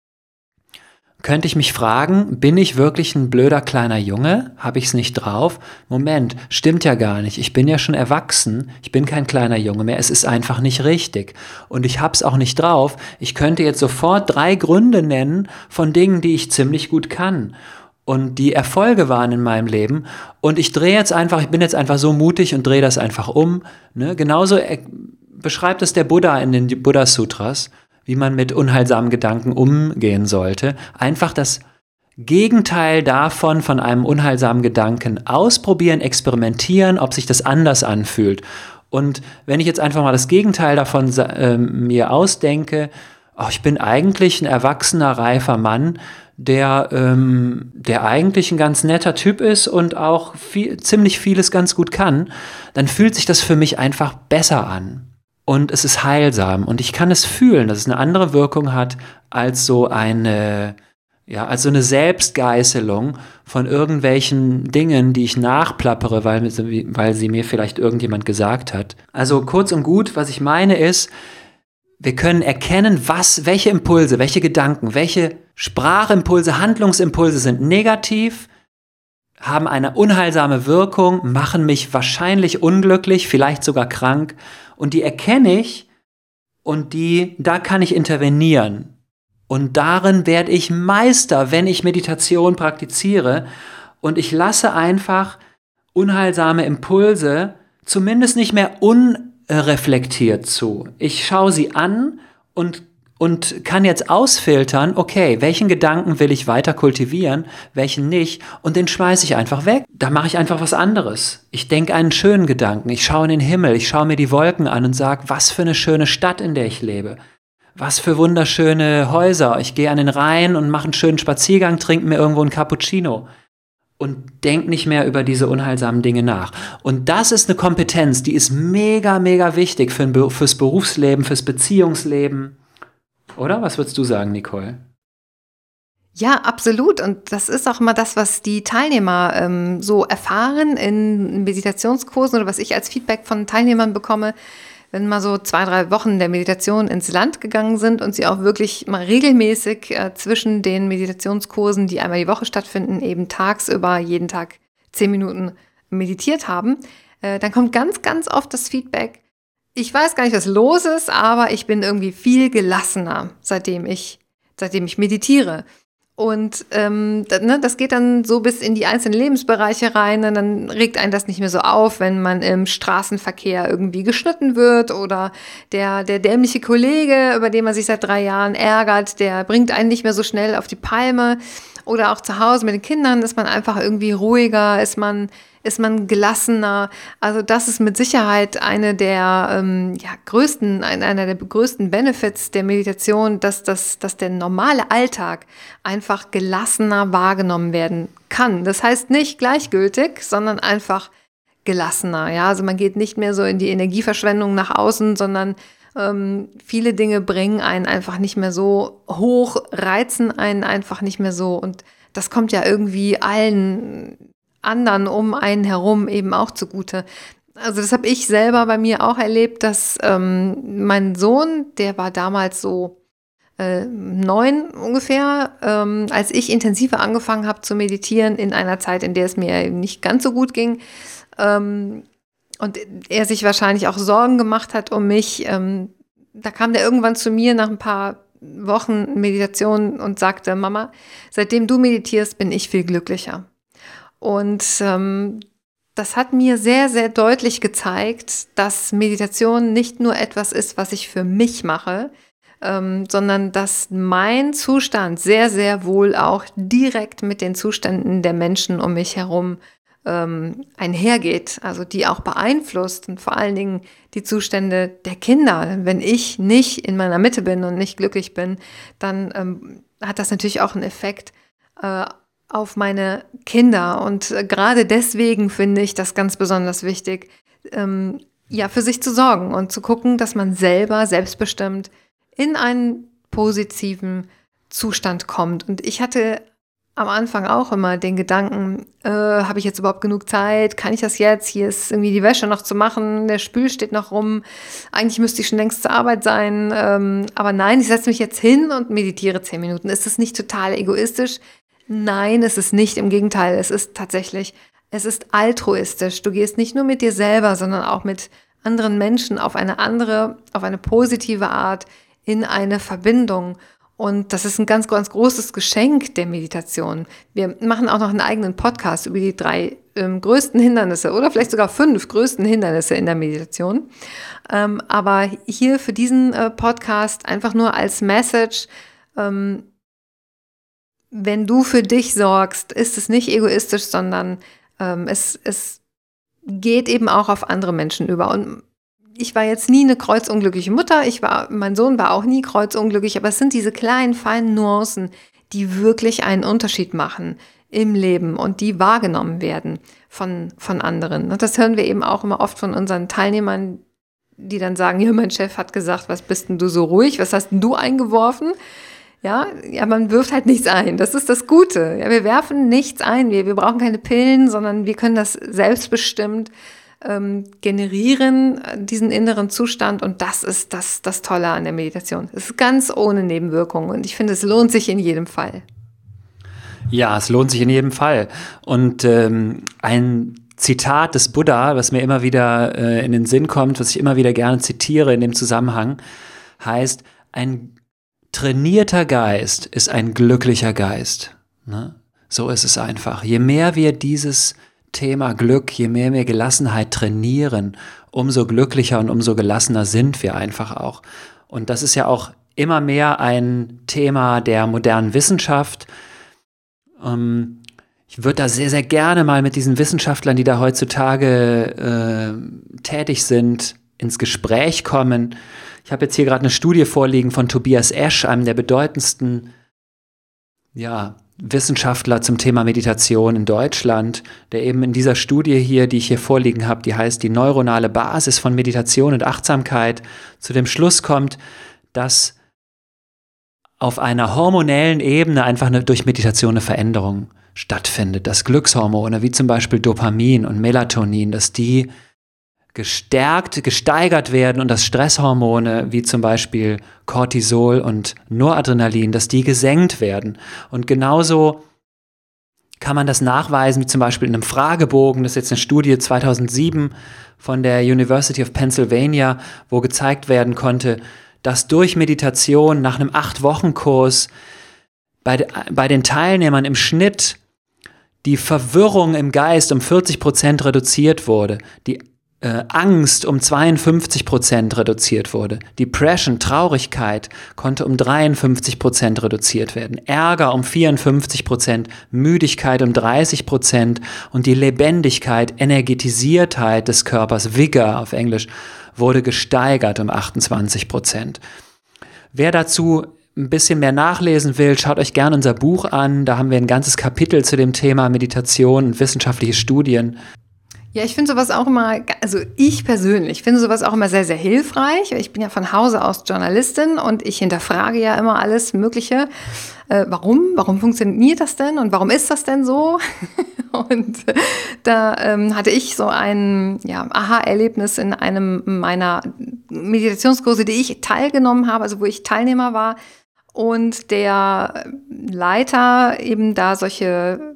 Könnte ich mich fragen, bin ich wirklich ein blöder kleiner Junge? Habe ich es nicht drauf? Moment, stimmt ja gar nicht. Ich bin ja schon erwachsen. Ich bin kein kleiner Junge mehr. Es ist einfach nicht richtig. Und ich habe es auch nicht drauf. Ich könnte jetzt sofort 3 Gründe nennen von Dingen, die ich ziemlich gut kann und die Erfolge waren in meinem Leben. Und ich bin jetzt einfach so mutig und drehe das einfach um. Ne? Genauso beschreibt es der Buddha in den Buddha-Sutras, wie man mit unheilsamen Gedanken umgehen sollte. Einfach das Gegenteil davon, von einem unheilsamen Gedanken ausprobieren, experimentieren, ob sich das anders anfühlt. Und wenn ich jetzt einfach mal das Gegenteil davon mir ausdenke, ich bin eigentlich ein erwachsener, reifer Mann, der eigentlich ein ganz netter Typ ist und auch ziemlich vieles ganz gut kann, dann fühlt sich das für mich einfach besser an. Und es ist heilsam und ich kann es fühlen, dass es eine andere Wirkung hat als so eine Selbstgeißelung von irgendwelchen Dingen, die ich nachplappere, weil sie mir vielleicht irgendjemand gesagt hat. Also kurz und gut, was ich meine ist, wir können erkennen, welche Impulse, welche Gedanken, welche Sprachimpulse, Handlungsimpulse sind negativ, haben eine unheilsame Wirkung, machen mich wahrscheinlich unglücklich, vielleicht sogar krank. Und die erkenne ich und da kann ich intervenieren. Und darin werde ich Meister, wenn ich Meditation praktiziere. Und ich lasse einfach unheilsame Impulse zumindest nicht mehr unreflektiert zu. Ich schaue sie an und kann jetzt ausfiltern, okay, welchen Gedanken will ich weiter kultivieren, welchen nicht, und den schmeiße ich einfach weg. Da mache ich einfach was anderes. Ich denke einen schönen Gedanken, ich schaue in den Himmel, ich schaue mir die Wolken an und sage, was für eine schöne Stadt, in der ich lebe. Was für wunderschöne Häuser. Ich gehe an den Rhein und mache einen schönen Spaziergang, trinke mir irgendwo einen Cappuccino. Und denk nicht mehr über diese unheilsamen Dinge nach. Und das ist eine Kompetenz, die ist mega, mega wichtig fürs Berufsleben, fürs Beziehungsleben. Oder? Was würdest du sagen, Nicole? Ja, absolut. Und das ist auch immer das, was die Teilnehmer so erfahren in Meditationskursen oder was ich als Feedback von Teilnehmern bekomme, wenn mal so 2, 3 Wochen der Meditation ins Land gegangen sind und sie auch wirklich mal regelmäßig zwischen den Meditationskursen, die einmal die Woche stattfinden, eben tagsüber jeden Tag 10 Minuten meditiert haben, dann kommt ganz, ganz oft das Feedback: Ich weiß gar nicht, was los ist, aber ich bin irgendwie viel gelassener, seitdem ich meditiere. Und das geht dann so bis in die einzelnen Lebensbereiche rein. Und dann regt einen das nicht mehr so auf, wenn man im Straßenverkehr irgendwie geschnitten wird oder der dämliche Kollege, über den man sich seit 3 Jahren ärgert, der bringt einen nicht mehr so schnell auf die Palme. Oder auch zu Hause mit den Kindern ist man einfach irgendwie ruhiger, ist man gelassener. Also das ist mit Sicherheit einer der größten Benefits der Meditation, dass der normale Alltag einfach gelassener wahrgenommen werden kann. Das heißt nicht gleichgültig, sondern einfach gelassener. Ja, also man geht nicht mehr so in die Energieverschwendung nach außen, sondern viele Dinge bringen einen einfach nicht mehr so hoch, reizen einen einfach nicht mehr so. Und das kommt ja irgendwie allen anderen um einen herum eben auch zugute. Also das habe ich selber bei mir auch erlebt, dass mein Sohn, der war damals so 9 ungefähr, als ich intensiver angefangen habe zu meditieren in einer Zeit, in der es mir nicht ganz so gut ging, und er sich wahrscheinlich auch Sorgen gemacht hat um mich. Da kam der irgendwann zu mir nach ein paar Wochen Meditation und sagte: Mama, seitdem du meditierst, bin ich viel glücklicher. Und das hat mir sehr, sehr deutlich gezeigt, dass Meditation nicht nur etwas ist, was ich für mich mache, sondern dass mein Zustand sehr, sehr wohl auch direkt mit den Zuständen der Menschen um mich herum einhergeht, also die auch beeinflusst, und vor allen Dingen die Zustände der Kinder. Wenn ich nicht in meiner Mitte bin und nicht glücklich bin, dann hat das natürlich auch einen Effekt auf meine Kinder. Und gerade deswegen finde ich das ganz besonders wichtig, für sich zu sorgen und zu gucken, dass man selber selbstbestimmt in einen positiven Zustand kommt. Und ich hatte am Anfang auch immer den Gedanken, habe ich jetzt überhaupt genug Zeit? Kann ich das jetzt? Hier ist irgendwie die Wäsche noch zu machen, der Spül steht noch rum. Eigentlich müsste ich schon längst zur Arbeit sein. Aber nein, ich setze mich jetzt hin und meditiere 10 Minuten. Ist das nicht total egoistisch? Nein, es ist nicht. Im Gegenteil, es ist altruistisch. Du gehst nicht nur mit dir selber, sondern auch mit anderen Menschen auf eine positive Art in eine Verbindung. Und das ist ein ganz, ganz großes Geschenk der Meditation. Wir machen auch noch einen eigenen Podcast über die 3 größten Hindernisse oder vielleicht sogar 5 größten Hindernisse in der Meditation. Aber hier für diesen Podcast einfach nur als Message: Wenn du für dich sorgst, ist es nicht egoistisch, sondern es geht eben auch auf andere Menschen über. Und ich war jetzt nie eine kreuzunglückliche Mutter, mein Sohn war auch nie kreuzunglücklich, aber es sind diese kleinen, feinen Nuancen, die wirklich einen Unterschied machen im Leben und die wahrgenommen werden von anderen. Und das hören wir eben auch immer oft von unseren Teilnehmern, die dann sagen: Ja, mein Chef hat gesagt, was bist denn du so ruhig, was hast denn du eingeworfen? Ja, man wirft halt nichts ein. Das ist das Gute. Ja, wir werfen nichts ein. Wir brauchen keine Pillen, sondern wir können das selbstbestimmt generieren, diesen inneren Zustand. Und das ist das Tolle an der Meditation. Es ist ganz ohne Nebenwirkungen. Und ich finde, es lohnt sich in jedem Fall. Ja, es lohnt sich in jedem Fall. Und ein Zitat des Buddha, was mir immer wieder in den Sinn kommt, was ich immer wieder gerne zitiere in dem Zusammenhang, heißt: Ein trainierter Geist ist ein glücklicher Geist. Ne? So ist es einfach. Je mehr wir dieses Thema Glück, je mehr wir Gelassenheit trainieren, umso glücklicher und umso gelassener sind wir einfach auch. Und das ist ja auch immer mehr ein Thema der modernen Wissenschaft. Ich würde da sehr, sehr gerne mal mit diesen Wissenschaftlern, die da heutzutage tätig sind, ins Gespräch kommen. Ich habe jetzt hier gerade eine Studie vorliegen von Tobias Esch, einem der bedeutendsten Wissenschaftler zum Thema Meditation in Deutschland, der eben in dieser Studie hier, die ich hier vorliegen habe, die heißt Die neuronale Basis von Meditation und Achtsamkeit, zu dem Schluss kommt, dass auf einer hormonellen Ebene einfach durch Meditation eine Veränderung stattfindet, dass Glückshormone wie zum Beispiel Dopamin und Melatonin, dass die gesteigert werden und dass Stresshormone wie zum Beispiel Cortisol und Noradrenalin, dass die gesenkt werden. Und genauso kann man das nachweisen, wie zum Beispiel in einem Fragebogen. Das ist jetzt eine Studie 2007 von der University of Pennsylvania, wo gezeigt werden konnte, dass durch Meditation nach einem 8-Wochen-Kurs bei den Teilnehmern im Schnitt die Verwirrung im Geist um 40% reduziert wurde, die Angst um 52% reduziert wurde, Depression, Traurigkeit konnte um 53% reduziert werden, Ärger um 54%, Müdigkeit um 30% und die Lebendigkeit, Energetisiertheit des Körpers, Vigor auf Englisch, wurde gesteigert um 28%. Wer dazu ein bisschen mehr nachlesen will, schaut euch gerne unser Buch an. Da haben wir ein ganzes Kapitel zu dem Thema Meditation und wissenschaftliche Studien. Ja, ich finde sowas auch immer, also ich persönlich finde sowas auch immer sehr, sehr hilfreich. Ich bin ja von Hause aus Journalistin und ich hinterfrage ja immer alles Mögliche. Warum funktioniert das denn und warum ist das denn so? Und da hatte ich so ein Aha-Erlebnis in einem meiner Meditationskurse, die ich teilgenommen habe, also wo ich Teilnehmer war und der Leiter eben da solche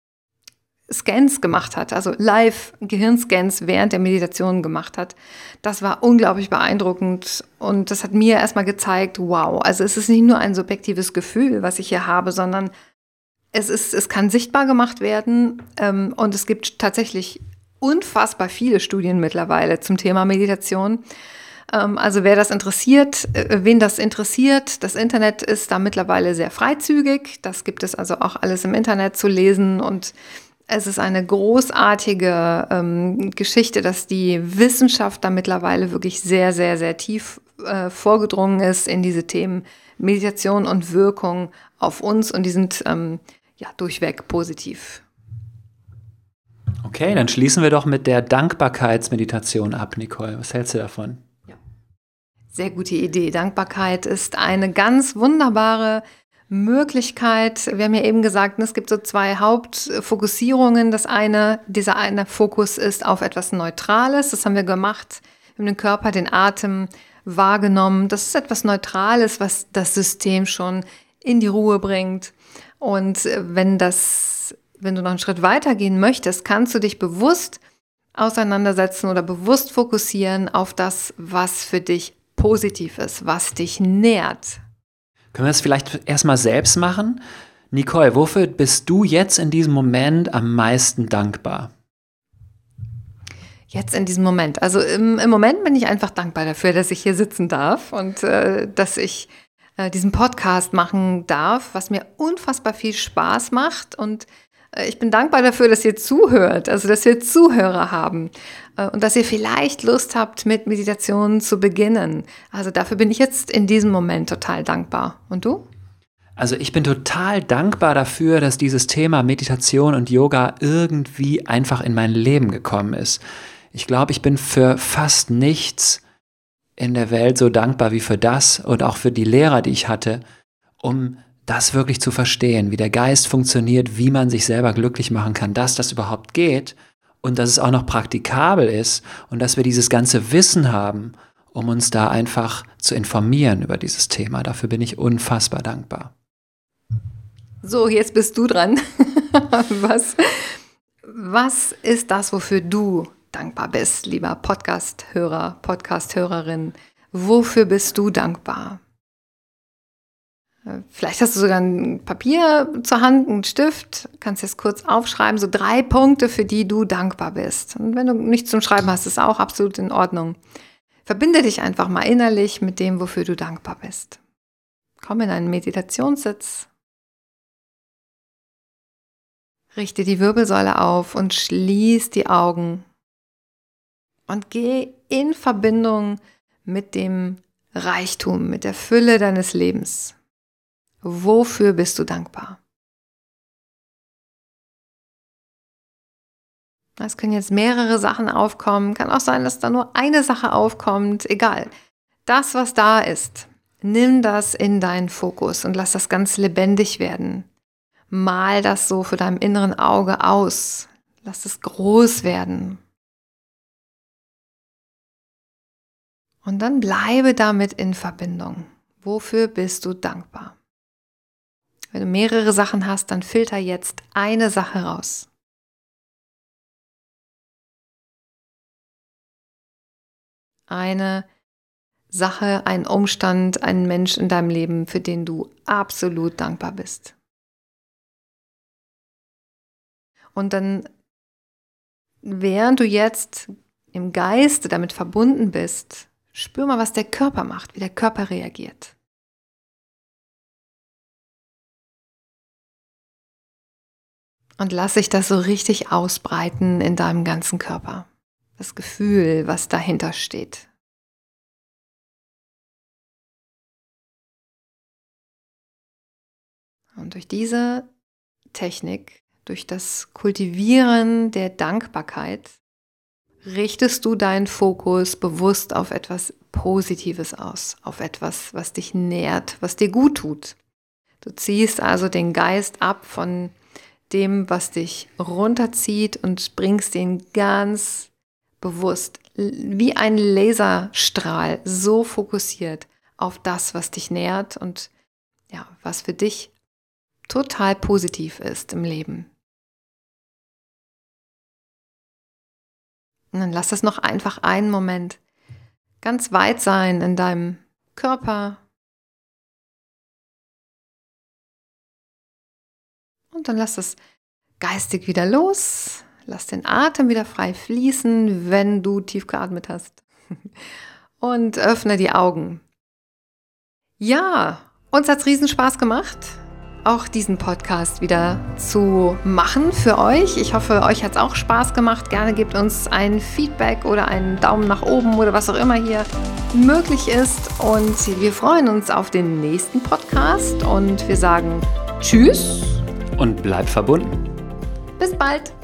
Scans gemacht hat, also Live-Gehirnscans während der Meditation gemacht hat. Das war unglaublich beeindruckend und das hat mir erstmal gezeigt, wow, also es ist nicht nur ein subjektives Gefühl, was ich hier habe, sondern es kann sichtbar gemacht werden und es gibt tatsächlich unfassbar viele Studien mittlerweile zum Thema Meditation. Also wen das interessiert, das Internet ist da mittlerweile sehr freizügig. Das gibt es also auch alles im Internet zu lesen und es ist eine großartige Geschichte, dass die Wissenschaft da mittlerweile wirklich sehr, sehr, sehr tief vorgedrungen ist in diese Themen Meditation und Wirkung auf uns und die sind durchweg positiv. Okay, dann schließen wir doch mit der Dankbarkeitsmeditation ab, Nicole. Was hältst du davon? Ja. Sehr gute Idee. Dankbarkeit ist eine ganz wunderbare Möglichkeit. Wir haben ja eben gesagt, es gibt so 2 Hauptfokussierungen. Dieser eine Fokus ist auf etwas Neutrales. Das haben wir gemacht. Wir haben den Körper, den Atem wahrgenommen. Das ist etwas Neutrales, was das System schon in die Ruhe bringt. Und wenn du noch einen Schritt weiter gehen möchtest, kannst du dich bewusst auseinandersetzen oder bewusst fokussieren auf das, was für dich positiv ist, was dich nährt. Können wir das vielleicht erstmal selbst machen? Nicole, wofür bist du jetzt in diesem Moment am meisten dankbar? Jetzt in diesem Moment. Also im Moment bin ich einfach dankbar dafür, dass ich hier sitzen darf und dass ich diesen Podcast machen darf, was mir unfassbar viel Spaß macht. Und ich bin dankbar dafür, dass ihr zuhört, also dass wir Zuhörer haben und dass ihr vielleicht Lust habt, mit Meditationen zu beginnen. Also dafür bin ich jetzt in diesem Moment total dankbar. Und du? Also ich bin total dankbar dafür, dass dieses Thema Meditation und Yoga irgendwie einfach in mein Leben gekommen ist. Ich glaube, ich bin für fast nichts in der Welt so dankbar wie für das und auch für die Lehrer, die ich hatte, um das wirklich zu verstehen, wie der Geist funktioniert, wie man sich selber glücklich machen kann, dass das überhaupt geht und dass es auch noch praktikabel ist und dass wir dieses ganze Wissen haben, um uns da einfach zu informieren über dieses Thema. Dafür bin ich unfassbar dankbar. So, jetzt bist du dran. Was ist das, wofür du dankbar bist, lieber Podcast-Hörer, Podcast-Hörerin? Wofür bist du dankbar? Vielleicht hast du sogar ein Papier zur Hand, einen Stift, kannst jetzt kurz aufschreiben, so 3 Punkte, für die du dankbar bist. Und wenn du nichts zum Schreiben hast, ist auch absolut in Ordnung. Verbinde dich einfach mal innerlich mit dem, wofür du dankbar bist. Komm in einen Meditationssitz. Richte die Wirbelsäule auf und schließ die Augen. Und geh in Verbindung mit dem Reichtum, mit der Fülle deines Lebens. Wofür bist du dankbar? Es können jetzt mehrere Sachen aufkommen. Kann auch sein, dass da nur eine Sache aufkommt. Egal. Das, was da ist, Nimm das in deinen Fokus und lass das ganz lebendig werden. Mal das so vor deinem inneren Auge aus. Lass es groß werden. Und dann bleibe damit in Verbindung. Wofür bist du dankbar? Wenn du mehrere Sachen hast, dann filter jetzt eine Sache raus. Eine Sache, ein Umstand, ein Mensch in deinem Leben, für den du absolut dankbar bist. Und dann, während du jetzt im Geiste damit verbunden bist, spür mal, was der Körper macht, wie der Körper reagiert. Und lass sich das so richtig ausbreiten in deinem ganzen Körper. Das Gefühl, was dahinter steht. Und durch diese Technik, durch das Kultivieren der Dankbarkeit, richtest du deinen Fokus bewusst auf etwas Positives aus, auf etwas, was dich nährt, was dir gut tut. Du ziehst also den Geist ab von dem, was dich runterzieht und bringst ihn ganz bewusst, wie ein Laserstrahl, so fokussiert auf das, was dich nährt und ja, was für dich total positiv ist im Leben. Und dann lass das noch einfach einen Moment ganz weit sein in deinem Körper. Und dann lass das geistig wieder los. Lass den Atem wieder frei fließen, wenn du tief geatmet hast. Und öffne die Augen. Ja, uns hat es riesen Spaß gemacht, auch diesen Podcast wieder zu machen für euch. Ich hoffe, euch hat es auch Spaß gemacht. Gerne gebt uns ein Feedback oder einen Daumen nach oben oder was auch immer hier möglich ist. Und wir freuen uns auf den nächsten Podcast und wir sagen Tschüss. Und bleib verbunden. Bis bald.